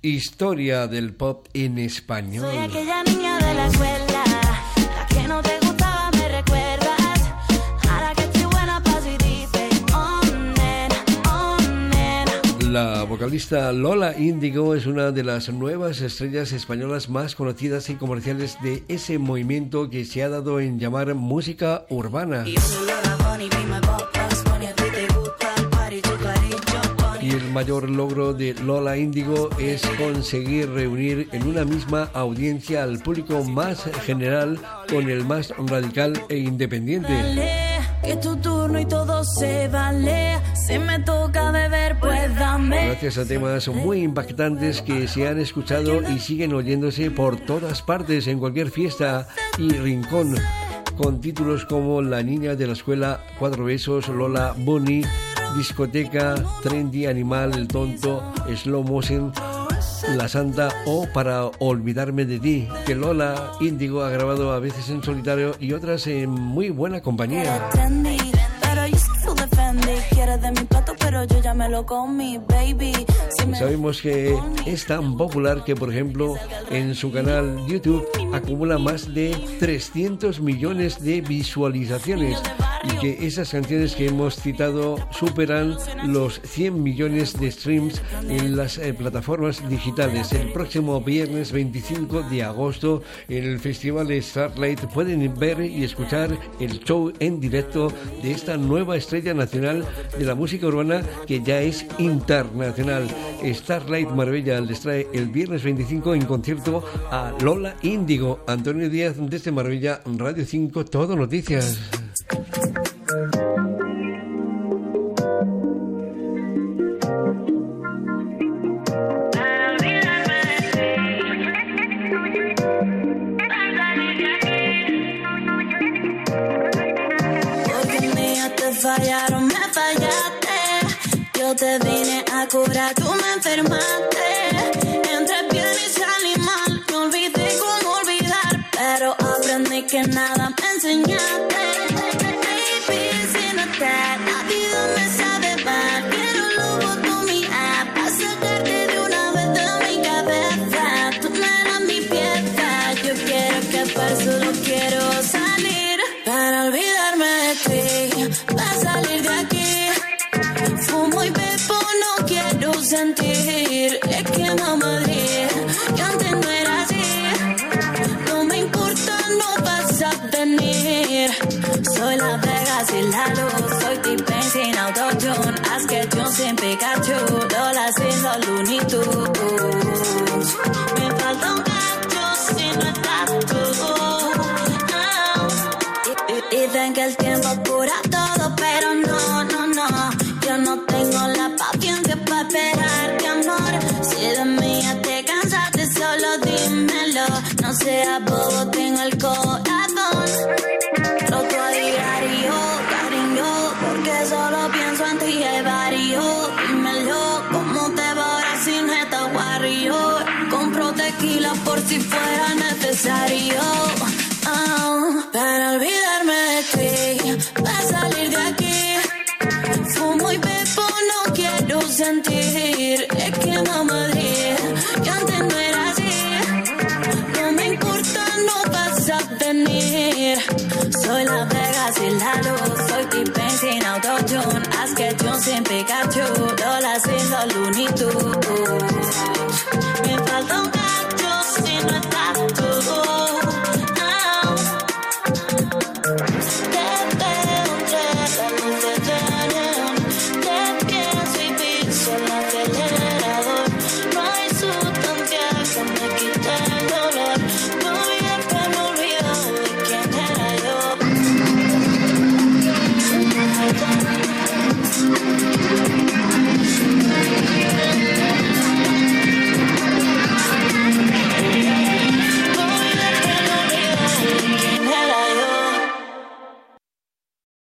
Historia del pop en español. Soy aquella niña de la escuela, la que no te gustaba, me recuerdas. Ahora que estoy buena pa' si dice, oh nena. La vocalista Lola Índigo es una de las nuevas estrellas españolas más conocidas y comerciales de ese movimiento que se ha dado en llamar música urbana. Y el mayor logro de Lola Índigo es conseguir reunir en una misma audiencia al público más general con el más radical e independiente. Que es tu turno y todo se vale. Si me toca beber, pues dame. Gracias a temas muy impactantes que se han escuchado y siguen oyéndose por todas partes, en cualquier fiesta y rincón, con títulos como La niña de la escuela, Cuatro besos, Lola Bunny, Discoteca, Trendy, Animal, El tonto, Slow Motion, La Santa o Para olvidarme de ti, que Lola Índigo ha grabado a veces en solitario y otras en muy buena compañía. Sabemos que es tan popular que, por ejemplo, en su canal YouTube acumula más de 300 millones de visualizaciones y que esas canciones que hemos citado superan los 100 millones de streams en las plataformas digitales. El próximo viernes 25 de agosto en el Festival Starlight pueden ver y escuchar el show en directo de esta nueva estrella nacional de la música urbana que ya es internacional. Starlight Marbella les trae el viernes 25 en concierto a Lola Índigo. Antonio Díaz desde Marbella, Radio 5, Todo Noticias. Fallaron, me fallaste. Yo te vine a curar, tú me enfermaste. Entre bien y salí mal, me olvidé cómo olvidar, pero aprendí que nada me enseñaste. Baby, sin notar, la vida me sabe mal. Quiero lobotomía para sacarte de una vez de mi cabeza. Tú no eras mi pieza, yo quiero escapar, solo quiero salir para olvidarme de ti. Para salir de aquí, fumo y bebo, no quiero sentir. Es que Madrid, yo antes no era así. No me importa, no vas a venir. Soy la Vega sin la luz, soy T-Pain sin autotune, Haz que yo sin Pikachu, Lola sin los Looney Tunes. Me falta un gato si no estás tú. Dicen que el tiempo cura todo, pero no. Yo no tengo la paciencia para esperarte, amor. Si de mí ya te cansaste, solo dímelo. No seas bobo, tengo el corazón roto a diario, cariño, porque solo pienso en ti, hay varios. Dímelo, ¿cómo te va ahora sin esta Warrior? Compro tequila por si fuera necesario. Para olvidarme de ti, para salir de aquí, fumo y bebo, no quiero sentir. Es que Madrid, yo antes no era así. No me importa, no vas a venir. Soy la Vega sin la luz, soy T-Pain sin autotune, Haz que yo sin Pikachu,